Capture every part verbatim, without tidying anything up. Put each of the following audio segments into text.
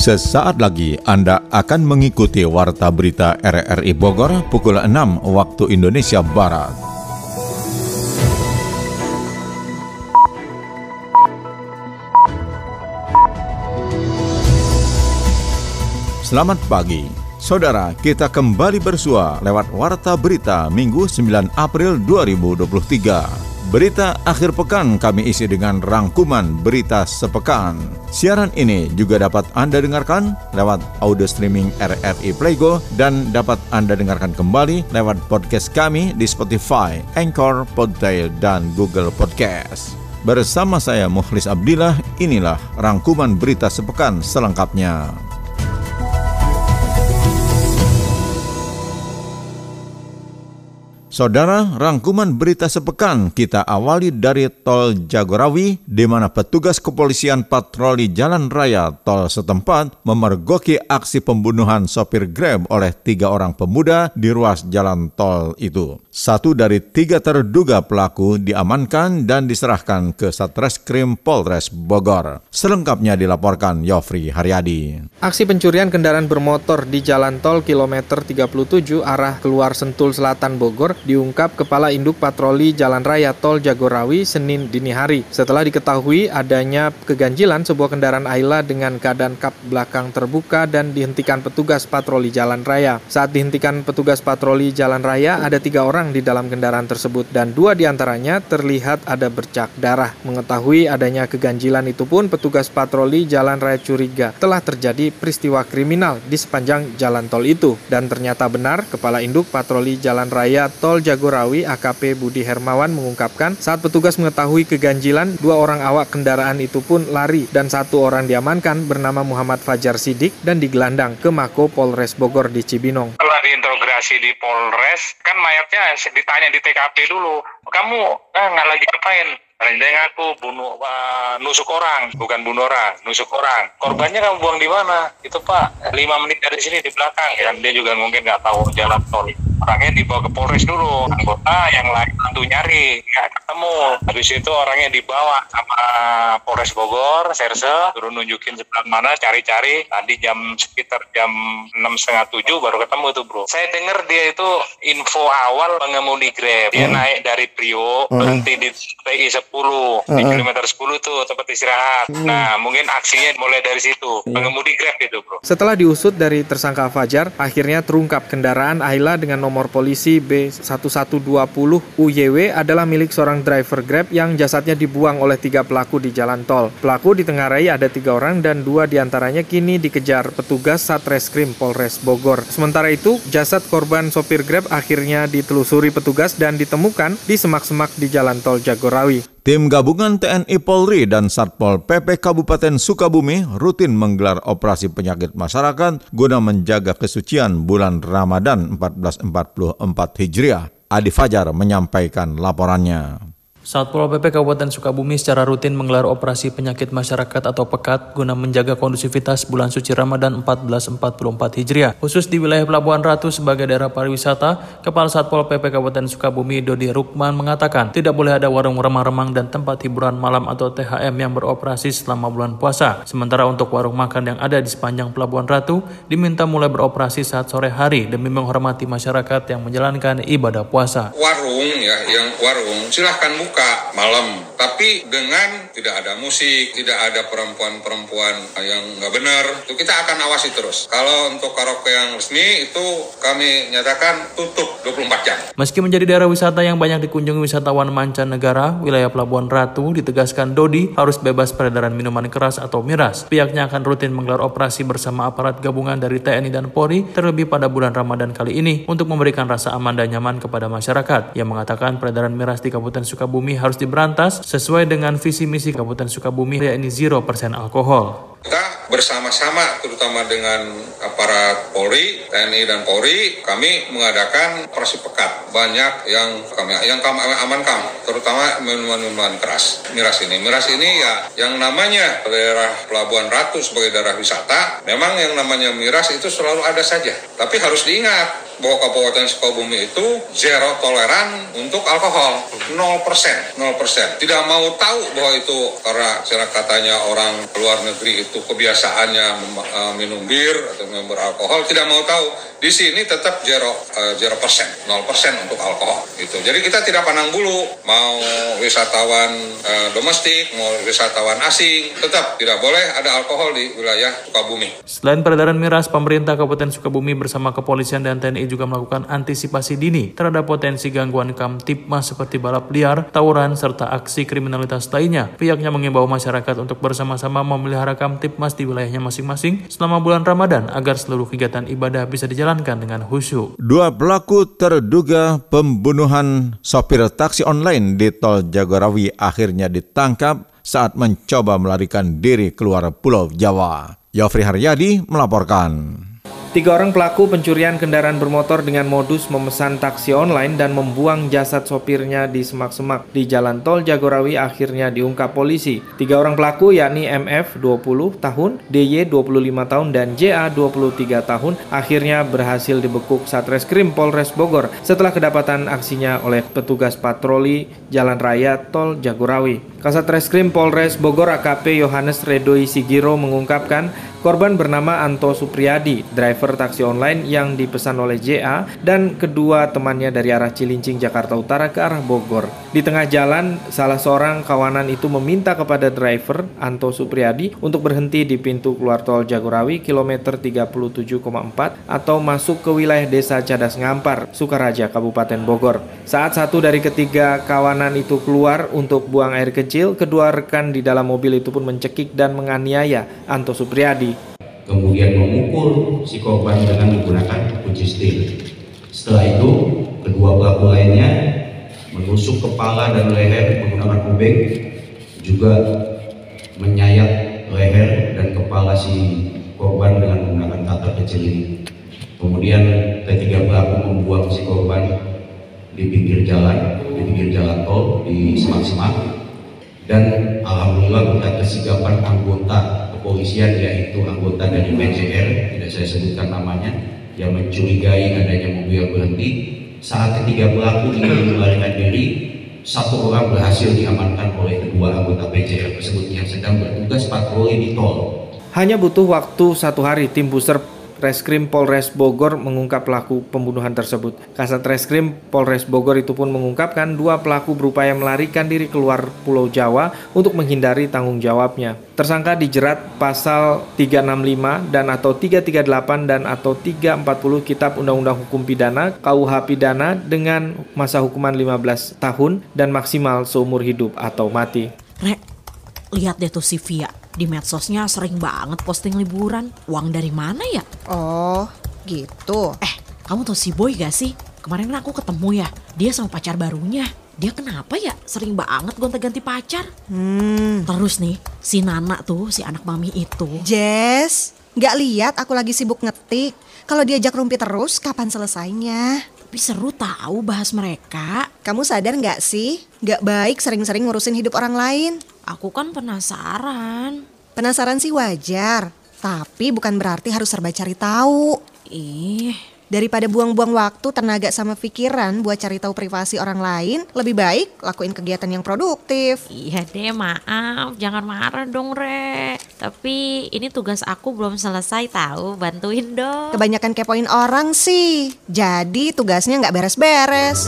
Sesaat lagi Anda akan mengikuti Warta Berita R R I Bogor pukul enam waktu Indonesia Barat. Selamat pagi, saudara. Kita kembali bersua lewat Warta Berita Minggu sembilan April dua ribu dua puluh tiga. Berita akhir pekan kami isi dengan rangkuman berita sepekan. Siaran ini juga dapat Anda dengarkan lewat audio streaming R R I Playgo dan dapat Anda dengarkan kembali lewat podcast kami di Spotify, Anchor, Podtail, dan Google Podcast. Bersama saya Mukhlis Abdillah, inilah rangkuman berita sepekan selengkapnya. Saudara, rangkuman berita sepekan kita awali dari Tol Jagorawi, di mana petugas kepolisian patroli jalan raya tol setempat memergoki aksi pembunuhan sopir Grab oleh tiga orang pemuda di ruas jalan tol itu. Satu dari tiga terduga pelaku diamankan dan diserahkan ke Satreskrim Polres Bogor. Selengkapnya dilaporkan Yofri Haryadi. Aksi pencurian kendaraan bermotor di jalan tol kilometer tiga puluh tujuh arah keluar Sentul Selatan Bogor diungkap Kepala Induk Patroli Jalan Raya Tol Jagorawi Senin dini hari. Setelah diketahui adanya keganjilan sebuah kendaraan Ayla dengan keadaan kap belakang terbuka dan dihentikan petugas patroli jalan raya. Saat dihentikan petugas patroli jalan raya, ada tiga orang di dalam kendaraan tersebut dan dua diantaranya terlihat ada bercak darah. Mengetahui adanya keganjilan itu pun petugas patroli jalan raya curiga telah terjadi peristiwa kriminal di sepanjang jalan tol itu. Dan ternyata benar, Kepala Induk Patroli Jalan Raya Tol Tol Jagorawi A K P Budi Hermawan mengungkapkan saat petugas mengetahui keganjilan, dua orang awak kendaraan itu pun lari dan satu orang diamankan bernama Muhammad Fajar Sidik dan digelandang ke Mako Polres Bogor di Cibinong. Setelah diinterogasi di Polres, kan mayatnya ditanya di T K P dulu, kamu eh, nggak lagi ngapain? Dia ngaku bunuh, uh, nusuk orang, bukan bunuh orang, nusuk orang. Korbannya kamu buang di mana? Itu Pak, lima menit dari sini di belakang. Ya, dia juga mungkin nggak tahu jalan tol. Orangnya dibawa ke Polres dulu, anggota yang lain tentu nyari, nggak ketemu. Habis itu orangnya dibawa sama Polres Bogor, Serse, turun nunjukin sebelah mana, cari-cari. Tadi jam sekitar jam enam setengah tujuh baru ketemu tuh bro. Saya dengar dia itu info awal pengemudi Grab. Dia hmm. naik dari Priok, hmm. berhenti di T I sepuluh, hmm. di kilometer sepuluh tuh tempat istirahat. Hmm. Nah mungkin aksinya mulai dari situ, hmm. pengemudi Grab itu bro. Setelah diusut dari tersangka Fajar, akhirnya terungkap kendaraan Ayla dengan nomor polisi B satu satu dua nol U Y W adalah milik seorang driver Grab yang jasadnya dibuang oleh tiga pelaku di jalan tol. Pelaku ditengarai ada tiga orang dan dua diantaranya kini dikejar petugas Satreskrim Polres Bogor. Sementara itu, jasad korban sopir Grab akhirnya ditelusuri petugas dan ditemukan di semak-semak di jalan tol Jagorawi. Tim gabungan T N I Polri dan Satpol P P Kabupaten Sukabumi rutin menggelar operasi penyakit masyarakat guna menjaga kesucian bulan Ramadan seribu empat ratus empat puluh empat Hijriah. Adi Fajar menyampaikan laporannya. Satpol P P Kabupaten Sukabumi secara rutin menggelar operasi penyakit masyarakat atau pekat guna menjaga kondusivitas bulan suci Ramadan seribu empat ratus empat puluh empat Hijriah. Khusus di wilayah Pelabuhan Ratu sebagai daerah pariwisata, Kepala Satpol P P Kabupaten Sukabumi Dodi Rukman mengatakan tidak boleh ada warung remang-remang dan tempat hiburan malam atau T H M yang beroperasi selama bulan puasa. Sementara untuk warung makan yang ada di sepanjang Pelabuhan Ratu diminta mulai beroperasi saat sore hari demi menghormati masyarakat yang menjalankan ibadah puasa. Warung ya, yang warung silahkan buka buka malam, tapi dengan tidak ada musik, tidak ada perempuan-perempuan yang nggak benar, itu kita akan awasi terus. Kalau untuk karaoke yang resmi itu kami nyatakan tutup dua puluh empat jam. Meski menjadi daerah wisata yang banyak dikunjungi wisatawan mancanegara, wilayah Pelabuhan Ratu ditegaskan Dodi harus bebas peredaran minuman keras atau miras. Pihaknya akan rutin menggelar operasi bersama aparat gabungan dari T N I dan Polri terlebih pada bulan Ramadan kali ini untuk memberikan rasa aman dan nyaman kepada masyarakat. Ia mengatakan peredaran miras di Kabupaten Sukabumi harus diberantas sesuai dengan visi misi Kabupaten Sukabumi, yakni zero persen alkohol. Kita bersama-sama terutama dengan aparat Polri, T N I dan Polri, kami mengadakan operasi pekat. Banyak yang kami yang kami amankan, terutama minuman-minuman keras. Miras ini, miras ini ya yang namanya daerah Pelabuhan Ratu sebagai daerah wisata, memang yang namanya miras itu selalu ada saja. Tapi harus diingat bahwa Kabupaten Sukabumi itu zero toleran untuk alkohol, nol persen, nol persen. Tidak mau tahu bahwa itu karena katanya orang luar negeri itu itu kebiasaannya uh, minum bir atau minum beralkohol, tidak mau tahu. Di sini tetap zero, uh, zero persen, nol persen untuk alkohol. Gitu. Jadi kita tidak pandang bulu, mau wisatawan uh, domestik, mau wisatawan asing, tetap tidak boleh ada alkohol di wilayah Sukabumi. Selain peredaran miras, pemerintah Kabupaten Sukabumi bersama kepolisian dan T N I juga melakukan antisipasi dini terhadap potensi gangguan kamtipmas seperti balap liar, tawuran, serta aksi kriminalitas lainnya. Pihaknya mengimbau masyarakat untuk bersama-sama memelihara kamtipmas di wilayahnya masing-masing selama bulan Ramadan agar seluruh kegiatan ibadah bisa dijalankan dengan khusyuk. Dua pelaku terduga pembunuhan sopir taksi online di Tol Jagorawi akhirnya ditangkap saat mencoba melarikan diri keluar Pulau Jawa. Yofri Haryadi melaporkan. Tiga orang pelaku pencurian kendaraan bermotor dengan modus memesan taksi online dan membuang jasad sopirnya di semak-semak di Jalan Tol Jagorawi akhirnya diungkap polisi. Tiga orang pelaku yakni M F dua puluh tahun, D Y dua puluh lima tahun, dan J A dua puluh tiga tahun akhirnya berhasil dibekuk Satreskrim Polres Bogor setelah kedapatan aksinya oleh petugas patroli Jalan Raya Tol Jagorawi. Kasatreskrim Polres Bogor A K P Yohanes Redoi Sigiro mengungkapkan korban bernama Anto Supriyadi, driver taksi online yang dipesan oleh J A dan kedua temannya dari arah Cilincing, Jakarta Utara ke arah Bogor. Di tengah jalan, salah seorang kawanan itu meminta kepada driver Anto Supriyadi untuk berhenti di pintu keluar tol Jagorawi kilometer tiga puluh tujuh koma empat atau masuk ke wilayah desa Cadas Ngampar, Sukaraja, Kabupaten Bogor. Saat satu dari ketiga kawanan itu keluar untuk buang air kecil, kedua rekan di dalam mobil itu pun mencekik dan menganiaya Anto Supriyadi. Kemudian memukul si korban dengan menggunakan kunci setir. Setelah itu, kedua pelaku lainnya menusuk kepala dan leher menggunakan ubek, juga menyayat leher dan kepala si korban dengan menggunakan cutter kecil ini. Kemudian ketiga pelaku membuang si korban di pinggir jalan, di pinggir jalan tol, di semak-semak. Dan alhamdulillah berkat kesigapan anggota kepolisian, yaitu anggota dari P J R, tidak saya sebutkan namanya, yang mencurigai adanya mobil yang berhenti. Saat ketiga pelaku ingin melarikan diri, satu orang berhasil diamankan oleh kedua anggota P J R tersebut yang sedang bertugas patroli di tol. Hanya butuh waktu satu hari, tim Puser Reskrim Polres Bogor mengungkap pelaku pembunuhan tersebut. Kasat Reskrim Polres Bogor itu pun mengungkapkan dua pelaku berupaya melarikan diri keluar Pulau Jawa untuk menghindari tanggung jawabnya. Tersangka dijerat pasal tiga enam lima dan atau tiga tiga delapan dan atau tiga empat puluh Kitab Undang-Undang Hukum Pidana K U H Pidana dengan masa hukuman lima belas tahun dan maksimal seumur hidup atau mati. Rek, lihat deh tuh si Via. Di medsosnya sering banget posting liburan. Uang dari mana ya? Oh, gitu. Eh, kamu tahu si Boy gak sih? Kemarin aku ketemu ya, dia sama pacar barunya. Dia kenapa ya sering banget gonta-ganti pacar? Hmm. Terus nih, si Nana tuh, si anak mami itu. Jess, gak lihat aku lagi sibuk ngetik. Kalau diajak rumpi terus, kapan selesainya? Tapi seru tahu bahas mereka. Kamu sadar gak sih? Gak baik sering-sering ngurusin hidup orang lain. Aku kan penasaran. Penasaran sih wajar, tapi bukan berarti harus serba cari tahu. Ih, daripada buang-buang waktu, tenaga sama pikiran buat cari tahu privasi orang lain, lebih baik lakuin kegiatan yang produktif. Iya deh, maaf, jangan marah dong, Re. Tapi ini tugas aku belum selesai tahu, bantuin dong. Kebanyakan kepoin orang sih, jadi tugasnya nggak beres-beres.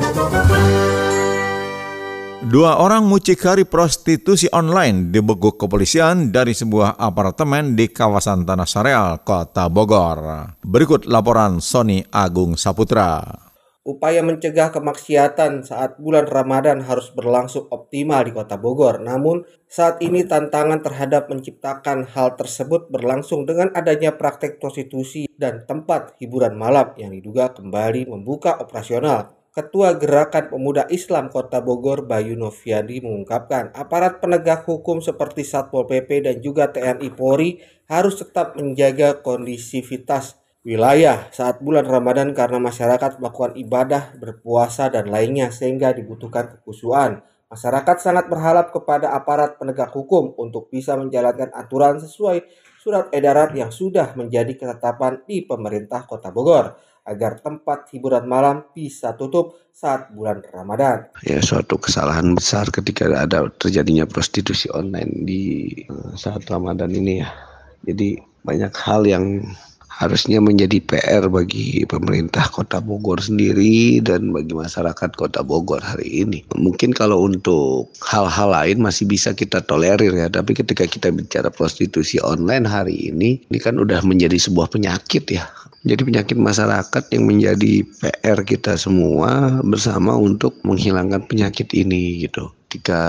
Dua orang mucikari prostitusi online dibekuk kepolisian dari sebuah apartemen di kawasan Tanah Sareal, Kota Bogor. Berikut laporan Sony Agung Saputra. Upaya mencegah kemaksiatan saat bulan Ramadan harus berlangsung optimal di Kota Bogor. Namun, saat ini tantangan terhadap menciptakan hal tersebut berlangsung dengan adanya praktek prostitusi dan tempat hiburan malam yang diduga kembali membuka operasional. Ketua Gerakan Pemuda Islam Kota Bogor, Bayu Noviandi, mengungkapkan aparat penegak hukum seperti Satpol P P dan juga T N I Polri harus tetap menjaga kondisivitas wilayah saat bulan Ramadan karena masyarakat melakukan ibadah, berpuasa, dan lainnya sehingga dibutuhkan kekhusyuan. Masyarakat sangat berharap kepada aparat penegak hukum untuk bisa menjalankan aturan sesuai surat edaran yang sudah menjadi ketetapan di pemerintah Kota Bogor. agar tempat hiburan malam bisa tutup saat bulan Ramadan. Ya, suatu kesalahan besar ketika ada terjadinya prostitusi online di saat Ramadan ini ya. Jadi banyak hal yang harusnya menjadi P R bagi pemerintah Kota Bogor sendiri dan bagi masyarakat Kota Bogor hari ini. Mungkin kalau untuk hal-hal lain masih bisa kita tolerir ya, tapi ketika kita bicara prostitusi online hari ini, ini kan udah menjadi sebuah penyakit ya. Jadi penyakit masyarakat yang menjadi P R kita semua bersama untuk menghilangkan penyakit ini gitu. Ketika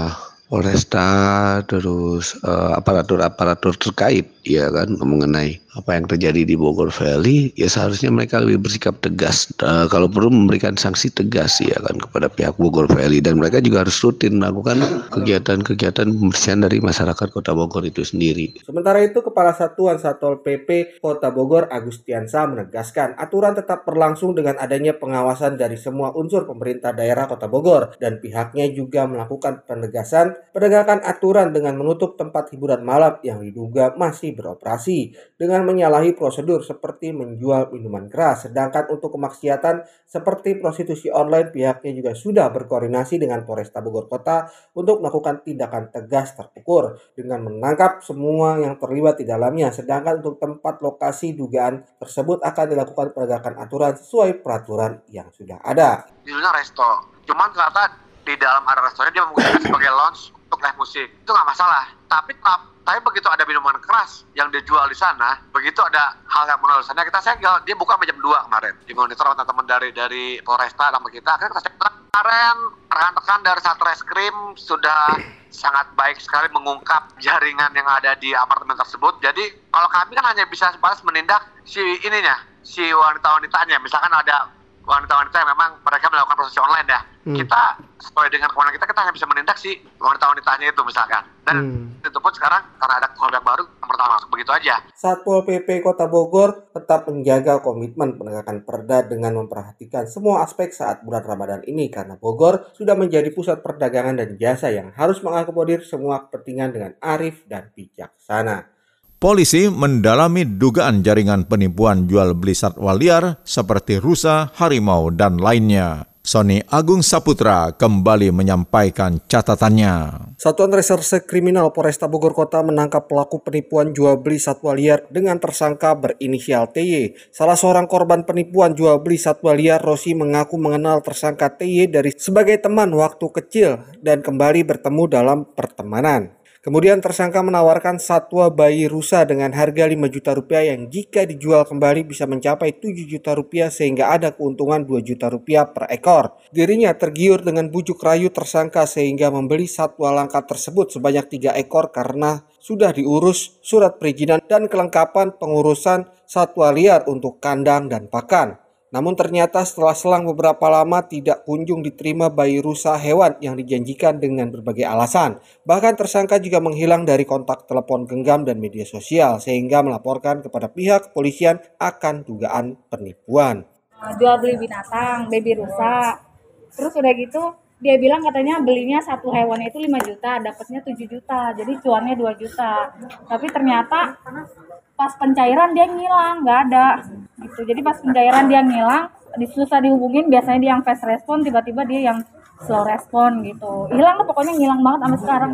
Polresta terus uh, aparatur-aparatur terkait ya kan mengenai apa yang terjadi di Bogor Valley, ya seharusnya mereka lebih bersikap tegas, uh, kalau perlu memberikan sanksi tegas ya kan kepada pihak Bogor Valley, dan mereka juga harus rutin melakukan kegiatan-kegiatan pembersihan dari masyarakat Kota Bogor itu sendiri. Sementara itu, Kepala Satuan Satpol P P Kota Bogor Agustiansa menegaskan aturan tetap berlangsung dengan adanya pengawasan dari semua unsur pemerintah daerah Kota Bogor, dan pihaknya juga melakukan penegasan penegakan aturan dengan menutup tempat hiburan malam yang diduga masih beroperasi dengan menyalahi prosedur seperti menjual minuman keras. Sedangkan untuk kemaksiatan seperti prostitusi online, pihaknya juga sudah berkoordinasi dengan Polresta Bogor Kota untuk melakukan tindakan tegas terukur dengan menangkap semua yang terlibat di dalamnya. Sedangkan untuk tempat lokasi dugaan tersebut akan dilakukan penegakan aturan sesuai peraturan yang sudah ada. Judulnya resto, cuman ternyata di dalam ada restoran dia menggunakan sebagai lounge untuk live musik, itu nggak masalah. Tapi tapi begitu ada minuman keras yang dijual di sana, begitu ada hal yang menolak sana, kita segel. Dia buka jam dua kemarin, di monitor teman-teman dari dari Polresta sama kita. Akhirnya kita segel. Kemarin rekan-rekan dari Satreskrim sudah sangat baik sekali mengungkap jaringan yang ada di apartemen tersebut. Jadi kalau kami kan hanya bisa sebatas menindak si ininya, si wanita-wanitanya. Misalkan ada wanita-wanita yang memang mereka melakukan prostitusi online ya, hmm. kita sesuai dengan kewenangan kita, kita hanya bisa menindak si wanita-wanitanya itu misalkan. Dan hmm. itu pun sekarang karena ada hal yang baru, yang pertama begitu aja. Satpol P P Kota Bogor tetap menjaga komitmen penegakan perda dengan memperhatikan semua aspek saat bulan Ramadan ini, karena Bogor sudah menjadi pusat perdagangan dan jasa yang harus mengakomodir semua kepentingan dengan arif dan bijaksana. Polisi mendalami dugaan jaringan penipuan jual beli satwa liar seperti rusa, harimau, dan lainnya. Sony Agung Saputra kembali menyampaikan catatannya. Satuan Reserse Kriminal Polresta Bogor Kota menangkap pelaku penipuan jual beli satwa liar dengan tersangka berinisial T Y. Salah seorang korban penipuan jual beli satwa liar, Rosi, mengaku mengenal tersangka T Y dari sebagai teman waktu kecil dan kembali bertemu dalam pertemanan. Kemudian tersangka menawarkan satwa bayi rusa dengan harga lima juta rupiah yang jika dijual kembali bisa mencapai tujuh juta rupiah sehingga ada keuntungan dua juta rupiah per ekor. Dirinya tergiur dengan bujuk rayu tersangka sehingga membeli satwa langka tersebut sebanyak tiga ekor karena sudah diurus surat perizinan dan kelengkapan pengurusan satwa liar untuk kandang dan pakan. Namun ternyata setelah selang beberapa lama tidak kunjung diterima bayi rusa hewan yang dijanjikan dengan berbagai alasan. Bahkan tersangka juga menghilang dari kontak telepon genggam dan media sosial sehingga melaporkan kepada pihak kepolisian akan dugaan penipuan. Jual beli binatang, baby rusa. Terus udah gitu dia bilang katanya belinya satu hewan itu lima juta, dapatnya tujuh juta. Jadi cuannya dua juta. Tapi ternyata pas pencairan dia ngilang, nggak ada gitu. Jadi pas pencairan dia ngilang, susah dihubungin, biasanya dia yang fast respon, tiba-tiba dia yang slow respon gitu. Hilang lah pokoknya, ngilang banget sampai sekarang.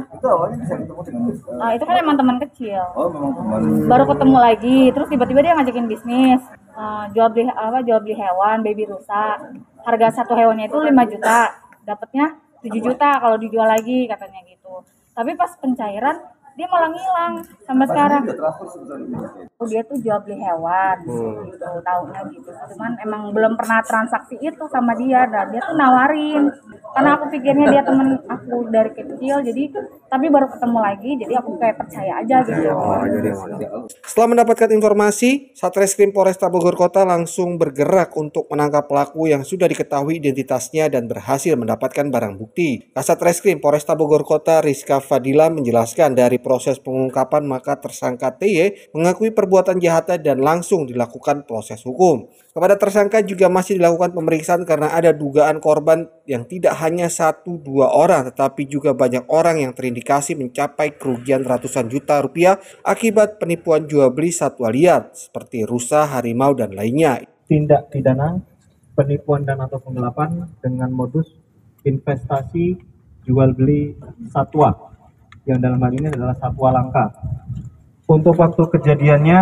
Nah, itu kan emang teman kecil. Baru ketemu lagi, terus tiba-tiba dia ngajakin bisnis. Uh, jual beli apa jual beli hewan, baby rusa. Harga satu hewannya itu lima juta, dapatnya tujuh juta kalau dijual lagi katanya gitu. Tapi pas pencairan dia malah ngilang sampai sekarang. Oh, dia tuh jual beli hewan, hmm. gitu, taunya gitu. Cuman emang belum pernah transaksi itu sama dia, dan dia tuh nawarin. Karena aku pikirnya dia temen aku dari kecil, jadi tapi baru ketemu lagi, jadi aku kayak percaya aja gitu. Oh, jadi setelah mendapatkan informasi, Satreskrim Polresta Bogor Kota langsung bergerak untuk menangkap pelaku yang sudah diketahui identitasnya dan berhasil mendapatkan barang bukti. Kasat Reskrim Polresta Bogor Kota Rizka Fadila menjelaskan dari proses pengungkapan maka tersangka T Y mengakui perbuatan jahatnya dan langsung dilakukan proses hukum. Kepada tersangka juga masih dilakukan pemeriksaan karena ada dugaan korban yang tidak hanya satu dua orang tetapi juga banyak orang yang terindikasi mencapai kerugian ratusan juta rupiah akibat penipuan jual beli satwa liar seperti rusa, harimau, dan lainnya. tindak pidana penipuan dan atau penggelapan dengan modus investasi jual beli satwa, yang dalam hal ini adalah satwa langka. Untuk waktu kejadiannya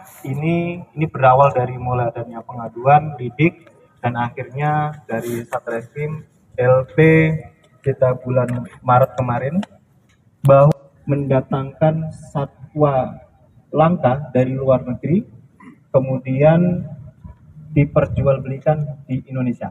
ini ini berawal dari mulai adanya pengaduan, lidik, dan akhirnya dari Satreskrim L P kita bulan Maret kemarin bahwa mendatangkan satwa langka dari luar negeri kemudian diperjualbelikan di Indonesia.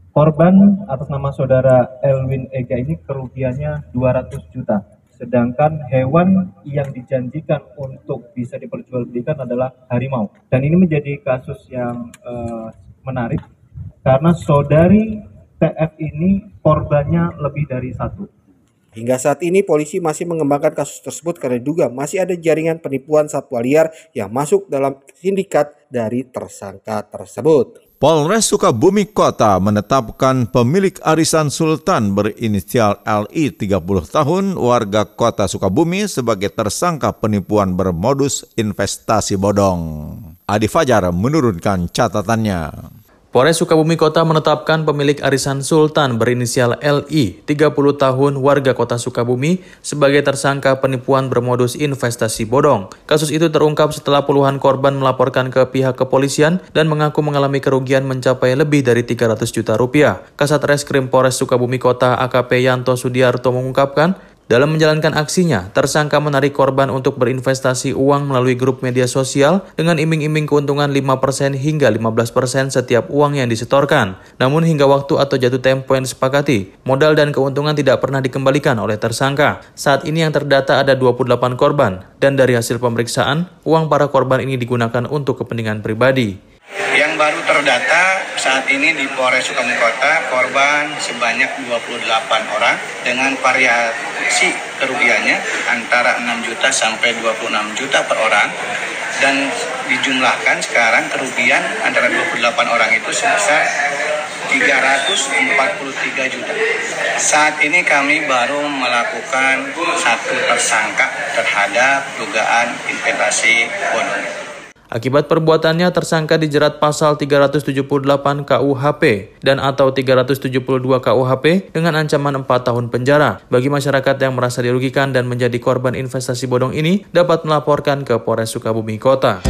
Korban atas nama saudara Elwin Ega ini kerugiannya dua ratus juta. Sedangkan hewan yang dijanjikan untuk bisa diperjualbelikan adalah harimau. Dan ini menjadi kasus yang uh, menarik karena saudari T F ini korbannya lebih dari satu. Hingga saat ini polisi masih mengembangkan kasus tersebut karena diduga masih ada jaringan penipuan satwa liar yang masuk dalam sindikat dari tersangka tersebut. Polres Sukabumi Kota menetapkan pemilik arisan Sultan berinisial L I tiga puluh tahun warga Kota Sukabumi sebagai tersangka penipuan bermodus investasi bodong. Adi Fajar menurunkan catatannya. Polres Sukabumi Kota menetapkan pemilik arisan Sultan berinisial L I tiga puluh tahun warga Kota Sukabumi sebagai tersangka penipuan bermodus investasi bodong. Kasus itu terungkap setelah puluhan korban melaporkan ke pihak kepolisian dan mengaku mengalami kerugian mencapai lebih dari tiga ratus juta rupiah. Kasat Reskrim Polres Sukabumi Kota A K P Yanto Sudiarto mengungkapkan, dalam menjalankan aksinya, tersangka menarik korban untuk berinvestasi uang melalui grup media sosial dengan iming-iming keuntungan lima persen hingga lima belas persen setiap uang yang disetorkan. Namun hingga waktu atau jatuh tempo yang disepakati, modal dan keuntungan tidak pernah dikembalikan oleh tersangka. Saat ini yang terdata ada dua puluh delapan korban, dan dari hasil pemeriksaan, uang para korban ini digunakan untuk kepentingan pribadi. Yang baru terdata saat ini di Polres Sukabumi Kota, korban sebanyak dua puluh delapan orang dengan variasi kerugiannya antara enam juta sampai dua puluh enam juta per orang, dan dijumlahkan sekarang kerugian antara dua puluh delapan orang itu sebesar tiga ratus empat puluh tiga juta. Saat ini kami baru melakukan satu tersangka terhadap dugaan investasi bodong. Akibat perbuatannya, tersangka dijerat pasal tiga ratus tujuh puluh delapan K U H P dan atau tiga ratus tujuh puluh dua K U H P dengan ancaman empat tahun penjara. Bagi masyarakat yang merasa dirugikan dan menjadi korban investasi bodong ini, dapat melaporkan ke Polres Sukabumi Kota.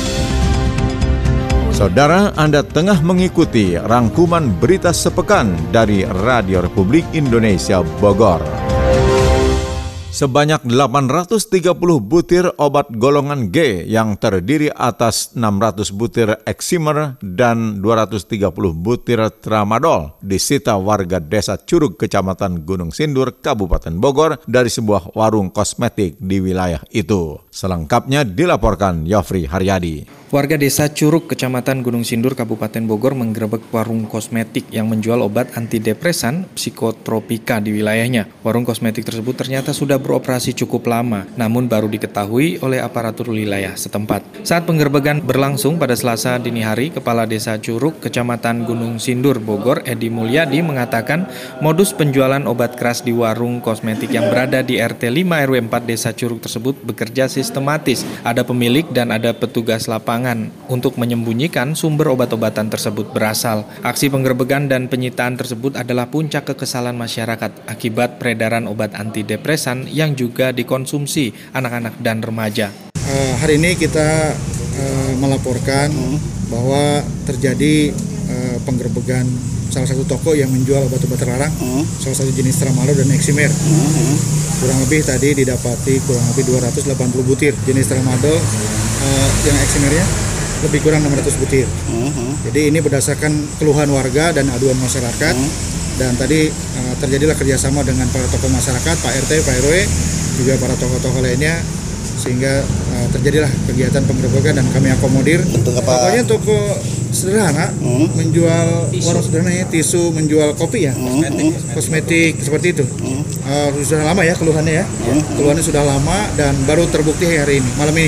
Saudara, Anda tengah mengikuti rangkuman berita sepekan dari Radio Republik Indonesia Bogor. Sebanyak delapan ratus tiga puluh butir obat golongan G yang terdiri atas enam ratus butir Eximer dan dua ratus tiga puluh butir Tramadol disita warga Desa Curug, Kecamatan Gunung Sindur, Kabupaten Bogor dari sebuah warung kosmetik di wilayah itu. Selengkapnya dilaporkan Yofri Haryadi. Warga Desa Curug, Kecamatan Gunung Sindur, Kabupaten Bogor menggerebek warung kosmetik yang menjual obat antidepresan psikotropika di wilayahnya. Warung kosmetik tersebut ternyata sudah beroperasi cukup lama, namun baru diketahui oleh aparatur wilayah setempat. Saat penggerebekan berlangsung pada Selasa dini hari, Kepala Desa Curug, Kecamatan Gunung Sindur, Bogor, Edi Mulyadi mengatakan modus penjualan obat keras di warung kosmetik yang berada di R T lima R W empat Desa Curug tersebut bekerja sistematis. Ada pemilik dan ada petugas lapangan untuk menyembunyikan sumber obat-obatan tersebut berasal. Aksi penggerebekan dan penyitaan tersebut adalah puncak kekesalan masyarakat akibat peredaran obat antidepresan yang juga dikonsumsi anak-anak dan remaja. Uh, hari ini kita uh, melaporkan hmm. bahwa terjadi uh, penggerebekan salah satu toko yang menjual obat-obat terlarang, hmm. salah satu jenis Tramadol dan Eximer. Hmm. Kurang lebih tadi didapati kurang lebih dua ratus delapan puluh butir jenis Tramadol, uh, yang Eximernya lebih kurang enam ratus butir. Hmm. Jadi ini berdasarkan keluhan warga dan aduan masyarakat. Hmm. Dan tadi uh, terjadilah kerjasama dengan para tokoh masyarakat, Pak R T, Pak R W, juga para tokoh-tokoh lainnya, sehingga uh, terjadilah kegiatan penggerebekan dan kami akomodir. Pokoknya toko sederhana, hmm. menjual warung sederhana, tisu, menjual kopi ya, hmm. kosmetik, kosmetik seperti itu. Hmm. Uh, sudah lama ya keluhannya ya, hmm. keluhannya sudah lama dan baru terbukti hari ini, malam ini.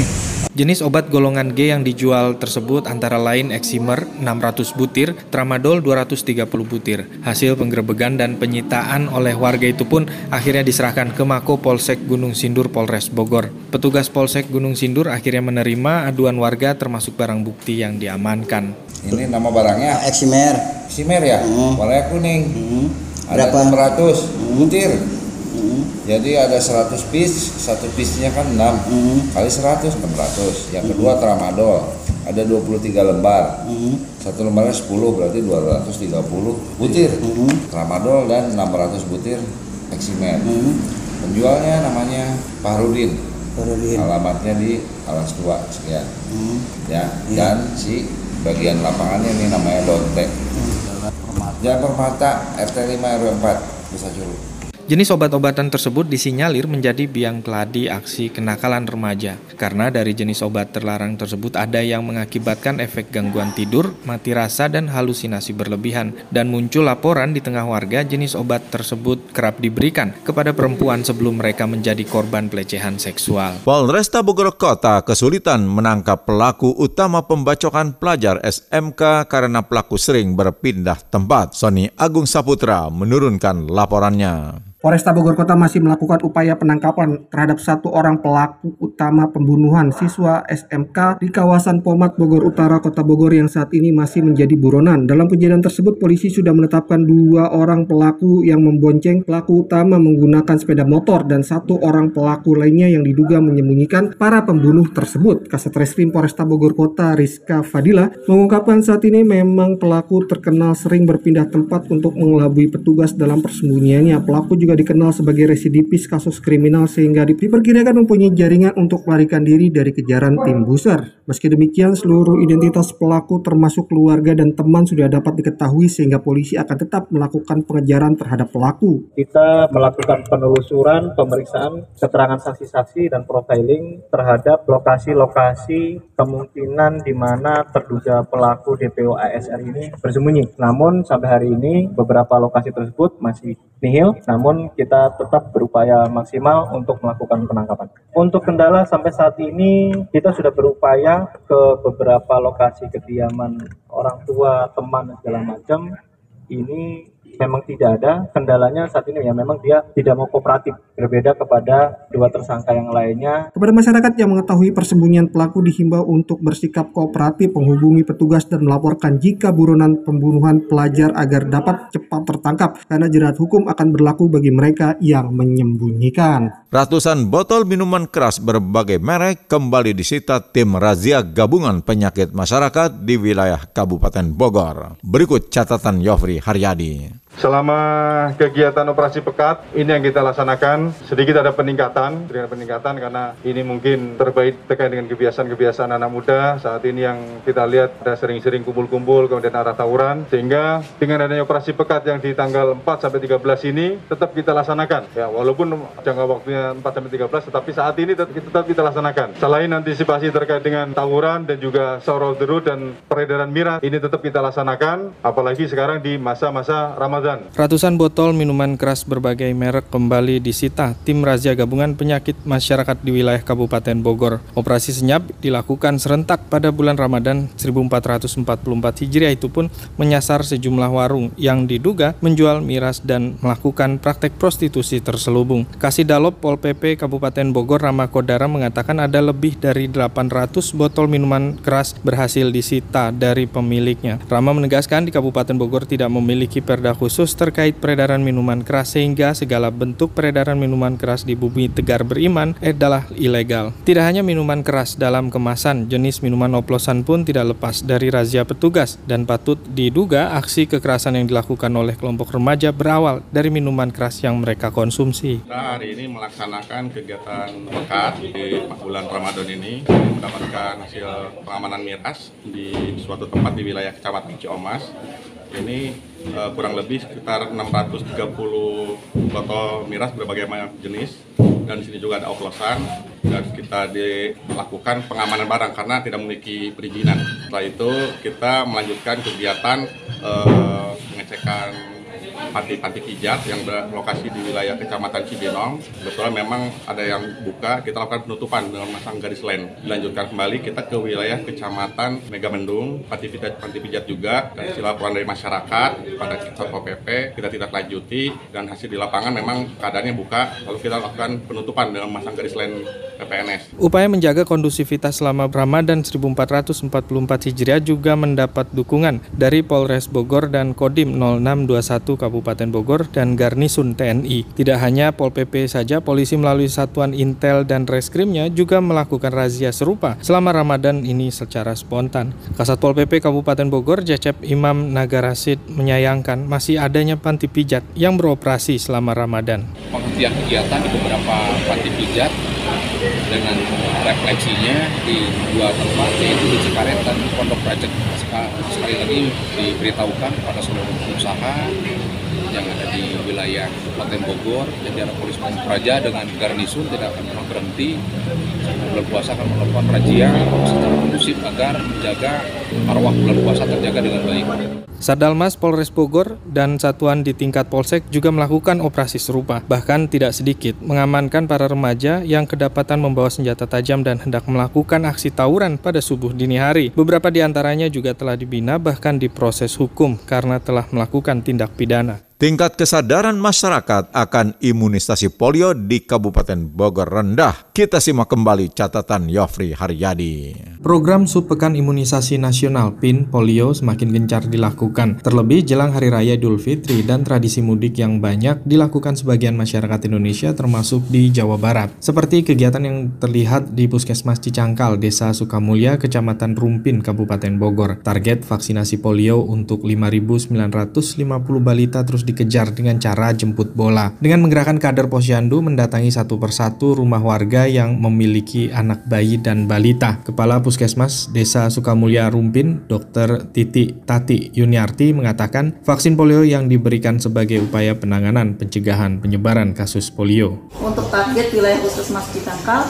Jenis obat golongan G yang dijual tersebut antara lain Eximer enam ratus butir, Tramadol dua ratus tiga puluh butir. Hasil penggerebekan dan penyitaan oleh warga itu pun akhirnya diserahkan ke Mako Polsek Gunung Sindur Polres Bogor. Petugas Polsek Gunung Sindur akhirnya menerima aduan warga termasuk barang bukti yang diamankan. Ini nama barangnya Eximer. Eximer ya, hmm. warnanya kuning. Hmm. Ada enam ratus butir. Hmm. Jadi ada seratus piece, satu piece-nya kan enam hmm. kali seratus, enam ratus. Yang kedua Tramadol, ada dua puluh tiga lembar. Hmm. Satu lembarnya sepuluh, berarti dua ratus tiga puluh butir. Hmm. Tramadol dan enam ratus butir Eximer. Hmm. Penjualnya namanya Fahrudin. Fahrudin. Alamatnya di Alas dua sekian. Hmm. Ya, hmm. dan si bagian lapangannya ini namanya Dontek. Hmm. Jalan Permata, R T lima R W empat, Desa Curug. Jenis obat-obatan tersebut disinyalir menjadi biang keladi aksi kenakalan remaja. Karena dari jenis obat terlarang tersebut ada yang mengakibatkan efek gangguan tidur, mati rasa, dan halusinasi berlebihan. Dan muncul laporan di tengah warga jenis obat tersebut kerap diberikan kepada perempuan sebelum mereka menjadi korban pelecehan seksual. Polresta Bogor Kota kesulitan menangkap pelaku utama pembacokan pelajar S M K karena pelaku sering berpindah tempat. Sony Agung Saputra menurunkan laporannya. Polresta Bogor Kota masih melakukan upaya penangkapan terhadap satu orang pelaku utama pembunuhan siswa S M K di kawasan Pomat Bogor Utara, Kota Bogor yang saat ini masih menjadi buronan. Dalam kejadian tersebut, polisi sudah menetapkan dua orang pelaku yang membonceng pelaku utama menggunakan sepeda motor dan satu orang pelaku lainnya yang diduga menyembunyikan para pembunuh tersebut. Kasatreskrim Polresta Bogor Kota Rizka Fadila mengungkapkan saat ini memang pelaku terkenal sering berpindah tempat untuk mengelabui petugas dalam persembunyiannya. Pelaku juga dikenal sebagai residivis kasus kriminal sehingga diperkirakan mempunyai jaringan untuk melarikan diri dari kejaran tim buser. Meski demikian, seluruh identitas pelaku termasuk keluarga dan teman sudah dapat diketahui sehingga polisi akan tetap melakukan pengejaran terhadap pelaku. Kita melakukan penelusuran, pemeriksaan, keterangan saksi-saksi dan profiling terhadap lokasi-lokasi kemungkinan di mana terduga pelaku D P O A S R ini bersembunyi. Namun sampai hari ini beberapa lokasi tersebut masih nihil, namun kita tetap berupaya maksimal untuk melakukan penangkapan. Untuk kendala sampai saat ini kita sudah berupaya ke beberapa lokasi kediaman orang tua, teman, dan segala macam. Ini memang tidak ada kendalanya saat ini ya, memang dia tidak mau kooperatif, berbeda kepada dua tersangka yang lainnya. Kepada masyarakat yang mengetahui persembunyian pelaku dihimbau untuk bersikap kooperatif, menghubungi petugas dan melaporkan jika buronan pembunuhan pelajar agar dapat cepat tertangkap karena jerat hukum akan berlaku bagi mereka yang menyembunyikan. Ratusan botol minuman keras berbagai merek kembali disita tim razia gabungan penyakit masyarakat di wilayah Kabupaten Bogor. Berikut catatan Yofri Haryadi. Selama kegiatan operasi pekat ini yang kita laksanakan, sedikit ada peningkatan, dengan peningkatan karena ini mungkin terbaik terkait dengan kebiasaan-kebiasaan anak muda. Saat ini yang kita lihat ada sering-sering kumpul-kumpul, kemudian arah tawuran, sehingga dengan adanya operasi pekat yang di tanggal empat sampai tiga belas ini tetap kita laksanakan. Ya, walaupun jangka waktunya empat sampai tiga belas, tetapi saat ini tetap, tetap kita laksanakan. Selain antisipasi terkait dengan tawuran dan juga shower of the road dan peredaran miras, ini tetap kita laksanakan, apalagi sekarang di masa-masa Ramadan. Ratusan botol minuman keras berbagai merek kembali disita tim razia gabungan penyakit masyarakat di wilayah Kabupaten Bogor. Operasi senyap dilakukan serentak pada bulan Ramadan seribu empat ratus empat puluh empat Hijriah, itu pun menyasar sejumlah warung yang diduga menjual miras dan melakukan praktek prostitusi terselubung. Kasidalop Pol P P Kabupaten Bogor Rama Kodara mengatakan ada lebih dari delapan ratus botol minuman keras berhasil disita dari pemiliknya. Rama menegaskan di Kabupaten Bogor tidak memiliki perda khusus khusus terkait peredaran minuman keras sehingga segala bentuk peredaran minuman keras di bumi Tegar Beriman adalah ilegal. Tidak hanya minuman keras dalam kemasan, jenis minuman oplosan pun tidak lepas dari razia petugas dan patut diduga aksi kekerasan yang dilakukan oleh kelompok remaja berawal dari minuman keras yang mereka konsumsi. Kita hari ini melaksanakan kegiatan pekat di bulan Ramadan ini, mendapatkan hasil pengamanan miras di suatu tempat di wilayah Kecamatan Ciomas. Ini uh, kurang lebih sekitar enam ratus tiga puluh botol miras berbagai macam jenis, dan di sini juga ada oplosan, dan kita dilakukan pengamanan barang karena tidak memiliki perizinan. Setelah itu kita melanjutkan kegiatan uh, pengecekan panti-panti pijat yang berlokasi di wilayah Kecamatan Cibinong. Kebetulan memang ada yang buka, kita lakukan penutupan dengan masang garis lain. Dilanjutkan kembali kita ke wilayah Kecamatan Megamendung, panti pijat, panti pijat juga, dan hasil laporan dari masyarakat pada Satpol P P kita tidak lanjuti, dan hasil di lapangan memang keadaannya buka, lalu kita lakukan penutupan dengan masang garis lain P P N S. Upaya menjaga kondusivitas selama Ramadan seribu empat ratus empat puluh empat Hijriah juga mendapat dukungan dari Polres Bogor dan Kodim nol enam dua satu Kabupaten Bogor dan Garnisun T N I. Tidak hanya Pol P P saja, polisi melalui Satuan Intel dan Reskrimnya juga melakukan razia serupa selama Ramadan ini secara spontan. Kasat Pol P P Kabupaten Bogor, Cecep Imam Nagarasid, menyayangkan masih adanya panti pijat yang beroperasi selama Ramadan. Penghentian kegiatan di beberapa panti pijat dengan refleksinya di dua tempat, yaitu di Cikaret dan Pondok Rajek. Sekali lagi diberitahukan kepada seluruh pengusaha yang ada di wilayah Kabupaten Bogor, jajaran Polres Pamung Praja dengan Garnisun tidak akan pernah berhenti. Bulan puasa akan melakukan razia secara kondusif agar menjaga marwah bulan puasa terjaga dengan baik. Satdalmas Polres Bogor dan satuan di tingkat Polsek juga melakukan operasi serupa. Bahkan tidak sedikit mengamankan para remaja yang kedapatan membawa senjata tajam dan hendak melakukan aksi tawuran pada subuh dini hari. Beberapa di antaranya juga telah dibina bahkan diproses hukum karena telah melakukan tindak pidana. Tingkat kesadaran masyarakat akan imunisasi polio di Kabupaten Bogor rendah. Kita simak kembali catatan Yofri Haryadi. Program Subpekan Imunisasi Nasional P I N Polio semakin gencar dilakukan. Terlebih jelang Hari Raya Idul Fitri dan tradisi mudik yang banyak dilakukan sebagian masyarakat Indonesia termasuk di Jawa Barat. Seperti kegiatan yang terlihat di Puskesmas Cicangkal, Desa Sukamulya, Kecamatan Rumpin, Kabupaten Bogor. Target vaksinasi polio untuk lima ribu sembilan ratus lima puluh balita terus dikejar dengan cara jemput bola. Dengan menggerakkan kader Posyandu mendatangi satu persatu rumah warga yang memiliki anak bayi dan balita. Kepala Puskesmas Desa Sukamulya Rumpin, Dokter Titi Tati Yuniarti mengatakan vaksin polio yang diberikan sebagai upaya penanganan pencegahan penyebaran kasus polio. Untuk target wilayah Puskesmas Cicangkal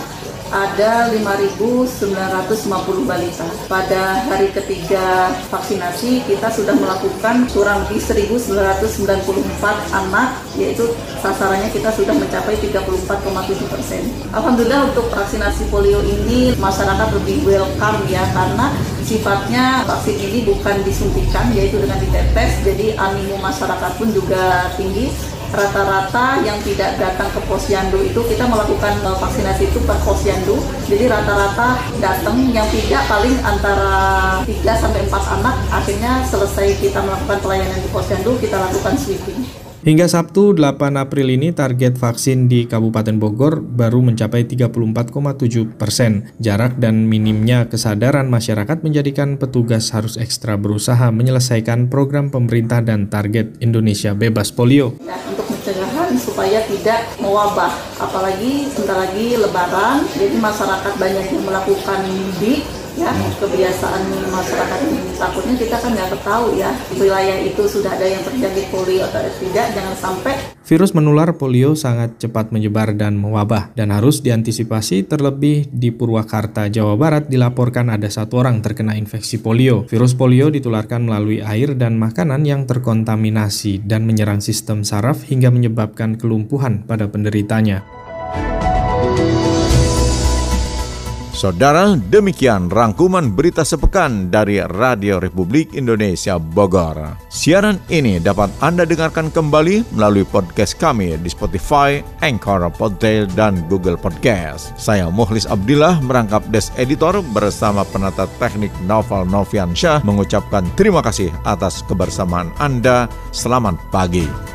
ada lima ribu sembilan ratus lima puluh balita. Pada hari ketiga vaksinasi kita sudah melakukan kurang lebih seribu sembilan ratus sembilan puluh empat anak, yaitu sasarannya kita sudah mencapai tiga puluh empat koma tujuh persen. Alhamdulillah untuk vaksinasi polio ini masyarakat lebih welcome ya, karena sifatnya vaksin ini bukan disuntikan, yaitu dengan ditetes, jadi animo masyarakat pun juga tinggi. Rata-rata yang tidak datang ke Posyandu itu kita melakukan vaksinasi itu per Posyandu. Jadi rata-rata datang, yang tidak paling antara tiga sampai empat anak. Akhirnya selesai kita melakukan pelayanan di Posyandu, kita lakukan sweeping. Hingga Sabtu delapan April ini target vaksin di Kabupaten Bogor baru mencapai tiga puluh empat koma tujuh persen. Jarak dan minimnya kesadaran masyarakat menjadikan petugas harus ekstra berusaha menyelesaikan program pemerintah dan target Indonesia bebas polio. Nah, untuk pencegahan supaya tidak mewabah, apalagi sebentar lagi Lebaran, jadi masyarakat banyak yang melakukan mudik. Ya, kebiasaan masyarakat ini takutnya kita kan nggak tahu ya wilayah itu sudah ada yang terjangkit polio atau tidak, jangan sampai. Virus menular polio sangat cepat menyebar dan mewabah dan harus diantisipasi. Terlebih di Purwakarta, Jawa Barat dilaporkan ada satu orang terkena infeksi polio. Virus polio ditularkan melalui air dan makanan yang terkontaminasi dan menyerang sistem saraf hingga menyebabkan kelumpuhan pada penderitanya. Saudara, demikian rangkuman berita sepekan dari Radio Republik Indonesia Bogor. Siaran ini dapat Anda dengarkan kembali melalui podcast kami di Spotify, Anchor, Podtail, dan Google Podcast. Saya Mukhlis Abdillah merangkap Desk Editor bersama penata teknik Naufal Noviansyah mengucapkan terima kasih atas kebersamaan Anda. Selamat pagi.